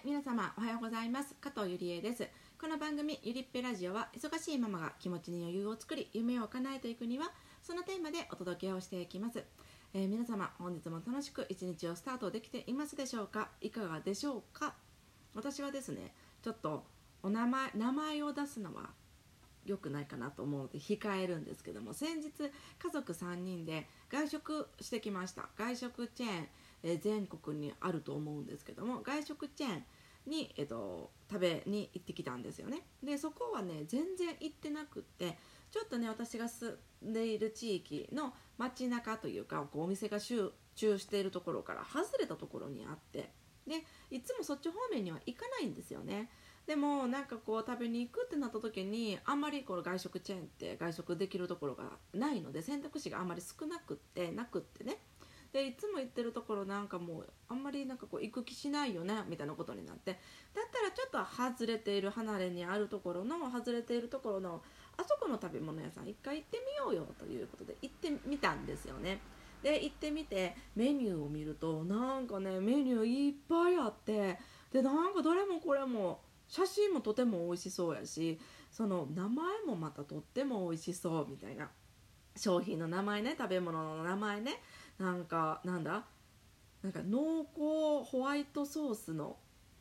皆様おはようございます。加藤ゆりえです。この番組ゆりっぺラジオは、忙しいママが気持ちに余裕を作り夢を叶えていくには、そのテーマでお届けをしていきます。皆様本日も楽しく一日をスタートできていますでしょうか。いかがでしょうか。私はですね、ちょっと名前を出すのは良くないかなと思うので控えるんですけども、先日家族3人で外食してきました。外食チェーン、全国にあると思うんですけども、外食チェーンに、食べに行ってきたんですよね。でそこはね全然行ってなくって、ちょっとね私が住んでいる地域の街中というか、お店が集中しているところから外れたところにあって、でいつもそっち方面には行かないんですよね。でもなんか食べに行くってなった時に、あんまりこの外食チェーンって外食できるところがないので、選択肢があんまり少なくってね。でいつも行ってるところなんかもうあんまり行く気しないよねみたいなことになって、だったらちょっと外れている、離れにあるところの外れているところのあそこの食べ物屋さん一回行ってみようよということで行ってみたんですよね。で行ってみてメニューを見ると、なんかねメニューいっぱいあって、でなんかどれもこれも写真もとても美味しそうやし、その名前もまたとっても美味しそうみたいな、商品の名前ね、食べ物の名前ね、なんか濃厚ホワイトソースの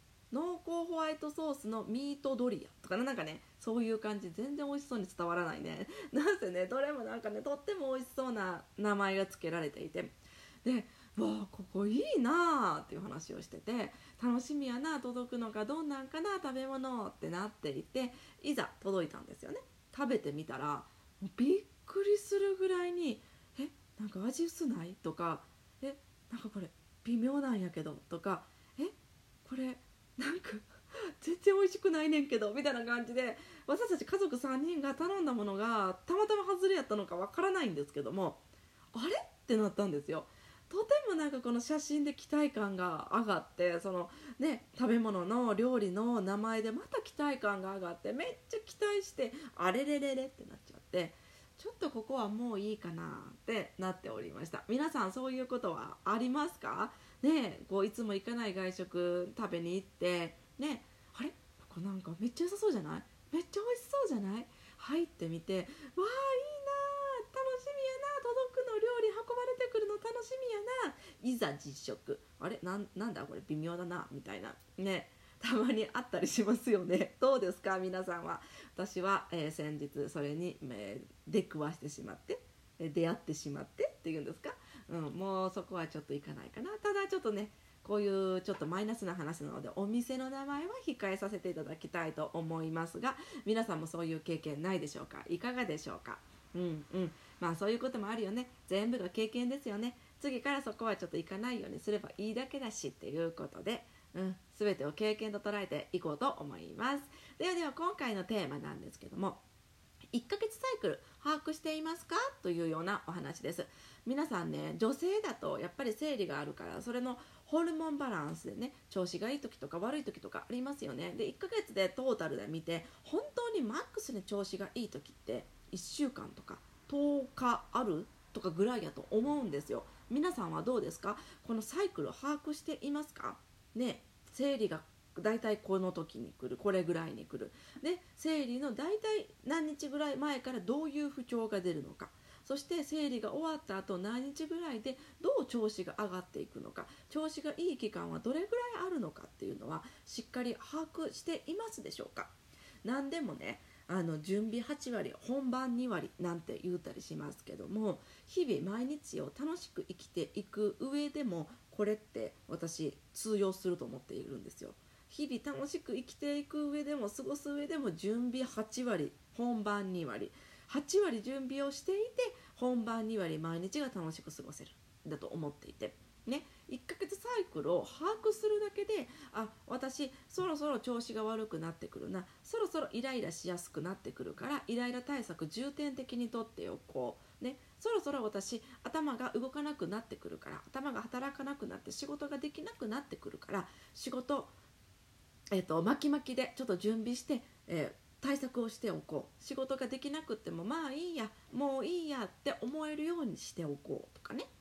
ミートドリアとかなんかね、そういう感じ、全然美味しそうに伝わらないね。なんせねどれもなんかねとっても美味しそうな名前が付けられていて、でわあここいいなっていう話をしてて、楽しみやな、届くのかどんなんかな食べ物ってなっていて、いざ届いたんですよね。食べてみたらびっくりするぐらいに、なんか味薄ないとか、なんかこれ微妙なんやけどとか、これなんか全然美味しくないねんけどみたいな感じで、私たち家族3人が頼んだものがたまたま外れやったのかわからないんですけども、あれってなったんですよ。とてもなんかこの写真で期待感が上がって、そのね食べ物の料理の名前でまた期待感が上がって、めっちゃ期待して、あれれれれってなっちゃって、ちょっとここはもういいかなってなっておりました。皆さんそういうことはありますかね。いつも行かない外食食べに行ってね、あれここなんかめっちゃ良さそうじゃない、めっちゃ美味しそうじゃない、入ってみて、わあいいな、楽しみやな、届くの、料理運ばれてくるの楽しみやな、いざ実食、あれなんだこれ微妙だなみたいなね、たまにあったりしますよね。どうですか皆さんは。私は、先日それに、出くわしてしまって、出会ってしまってっていうんですか、もうそこはちょっといかないかな。ただちょっとね、こういうちょっとマイナスな話なのでお店の名前は控えさせていただきたいと思いますが、皆さんもそういう経験ないでしょうか。いかがでしょうか。まあそういうこともあるよね。全部が経験ですよね。次からそこはちょっと行かないようにすればいいだけだしっていうことで、全てを経験と捉えていこうと思います。では今回のテーマなんですけども、1ヶ月サイクル把握していますかというようなお話です。皆さんね、女性だとやっぱり生理があるから、それのホルモンバランスでね、調子がいい時とか悪い時とかありますよね。で1ヶ月でトータルで見て、本当にマックスに調子がいい時って1週間とか10日あるとかぐらいやと思うんですよ。皆さんはどうですか。このサイクルを把握していますかね。生理がだいたいこの時に来る、これぐらいに来るで、生理のだいたい何日ぐらい前からどういう不調が出るのか、そして生理が終わった後何日ぐらいでどう調子が上がっていくのか、調子がいい期間はどれぐらいあるのかっていうのはしっかり把握していますでしょうか。何でもね、準備8割本番2割なんて言うたりしますけども、日々毎日を楽しく生きていく上でもこれって私通用すると思っているんですよ。日々楽しく生きていく上でも過ごす上でも、準備8割本番2割、8割準備をしていて本番2割毎日が楽しく過ごせるだと思っていてね、1ヶ月サイクルを把握するだけで、私そろそろ調子が悪くなってくるな、そろそろイライラしやすくなってくるからイライラ対策重点的にとっておこうね、そろそろ私頭が動かなくなってくるから、頭が働かなくなって仕事ができなくなってくるから、仕事巻き巻きでちょっと準備して、対策をしておこう、仕事ができなくってもまあいいや、もういいやって思えるようにしておこうとかね。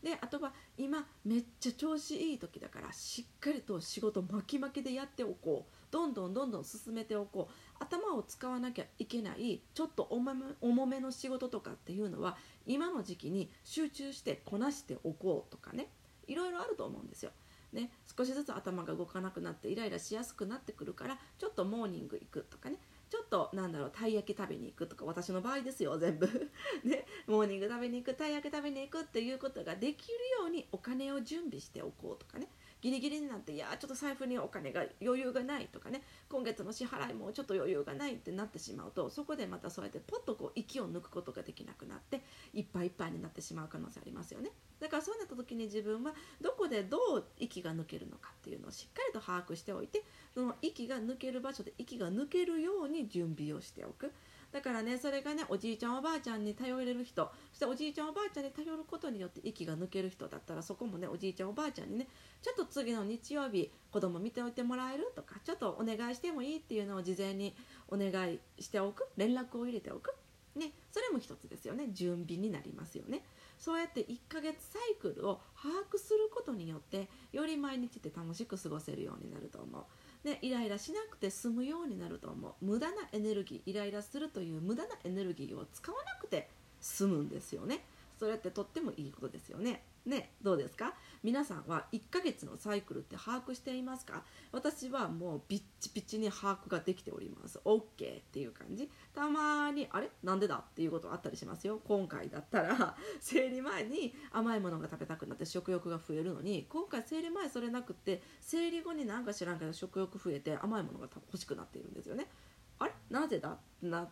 であとは今めっちゃ調子いい時だからしっかりと仕事巻き巻きでやっておこう、どんどん進めておこう、頭を使わなきゃいけないちょっと重めの仕事とかっていうのは今の時期に集中してこなしておこうとかね、いろいろあると思うんですよ。ね、少しずつ頭が動かなくなってイライラしやすくなってくるから、ちょっとモーニング行くとかね、ちょっとたい焼き食べに行くとか、私の場合ですよ全部ね、モーニング食べに行く、たい焼き食べに行くっていうことができるようにお金を準備しておこうとかね、ギリギリになっていやちょっと財布にお金が余裕がないとかね、今月の支払いもちょっと余裕がないってなってしまうと、そこでまたそうやってポッと息を抜くことができなくなっていっぱいいっぱいになってしまう可能性ありますよね。だからそうなった時に自分はどこでどう息が抜けるのかっていうのをしっかりと把握しておいて、その息が抜ける場所で息が抜けるように準備をしておく。だからね、それがね、おじいちゃんおばあちゃんに頼れる人、そしておじいちゃんおばあちゃんに頼ることによって息が抜ける人だったら、そこもね、おじいちゃんおばあちゃんにね、ちょっと次の日曜日子供見ておいてもらえるとか、ちょっとお願いしてもいいっていうのを事前にお願いしておく、連絡を入れておくね、それも一つですよね。準備になりますよね。そうやって1ヶ月サイクルを把握することによってより毎日って楽しく過ごせるようになると思う。で、イライラしなくて済むようになると思う。無駄なエネルギー、イライラするという無駄なエネルギーを使わなくて済むんですよね。それってとってもいいことですよね。ね、どうですか？皆さんは1ヶ月のサイクルって把握していますか？私はもうビッチピチに把握ができております。 OK っていう感じ。たまにあれなんでだっていうことあったりしますよ。今回だったら生理前に甘いものが食べたくなって食欲が増えるのに、今回生理前それなくって生理後になんか知らんけど食欲増えて甘いものが欲しくなっているんですよね。あれなぜだってなって、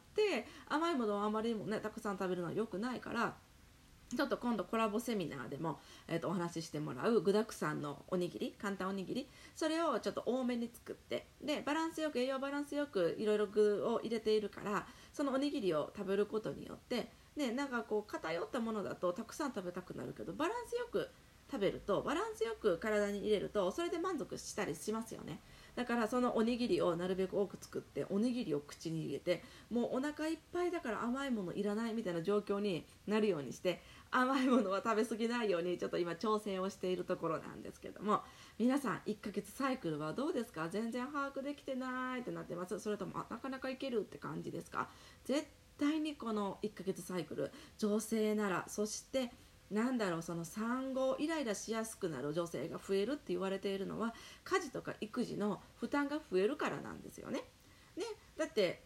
甘いものをあまりにもねたくさん食べるのは良くないから、ちょっと今度コラボセミナーでも、お話ししてもらう具だくさんのおにぎり、簡単おにぎり、それをちょっと多めに作って、でバランスよく、栄養バランスよくいろいろ具を入れているから、そのおにぎりを食べることによってね、なんかこう偏ったものだとたくさん食べたくなるけど、バランスよく食べると、バランスよく体に入れるとそれで満足したりしますよね。だからそのおにぎりをなるべく多く作って、おにぎりを口に入れて、もうお腹いっぱいだから甘いものいらないみたいな状況になるようにして、甘いものは食べ過ぎないようにちょっと今調整をしているところなんですけども、皆さん1ヶ月サイクルはどうですか？全然把握できてないってなってます？それともなかなかいけるって感じですか？絶対にこの1ヶ月サイクル、女性なら、そしてその産後イライラしやすくなる女性が増えるって言われているのは、家事とか育児の負担が増えるからなんですよね。だって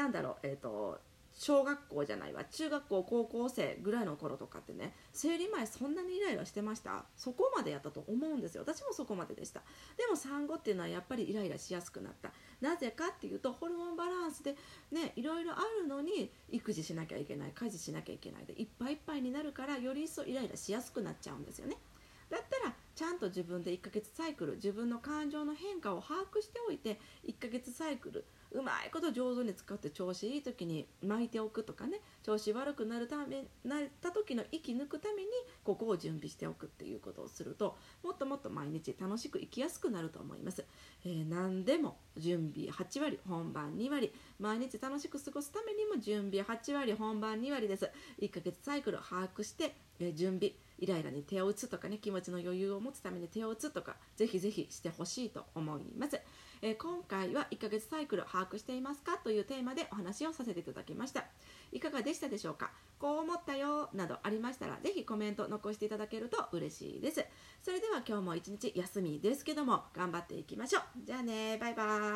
小学校じゃないわ、中学校高校生ぐらいの頃とかってね、生理前そんなにイライラしてました？そこまでやったと思うんですよ。私もそこまででした。でも産後っていうのはやっぱりイライラしやすくなった。なぜかっていうと、ホルモンバランスでね、いろいろあるのに育児しなきゃいけない、家事しなきゃいけないでいっぱいいっぱいになるから、より一層イライラしやすくなっちゃうんですよね。だったらちゃんと自分で1ヶ月サイクル、自分の感情の変化を把握しておいて、1ヶ月サイクルうまいこと上手に使って、調子いい時に巻いておくとかね、調子悪くなった時の息抜くためにここを準備しておくっていうことをすると、もっともっと毎日楽しく生きやすくなると思います。何でも準備8割本番2割、毎日楽しく過ごすためにも準備8割本番2割です。1ヶ月サイクルを把握して、準備、イライラに手を打つとかね、気持ちの余裕を持つために手を打つとか、ぜひぜひしてほしいと思います。今回は1ヶ月サイクル把握していますかというテーマでお話をさせていただきました。いかがでしたでしょうか？こう思ったよなどありましたら、ぜひコメント残していただけると嬉しいです。それでは今日も一日休みですけども頑張っていきましょう。じゃあね、バイバーイ。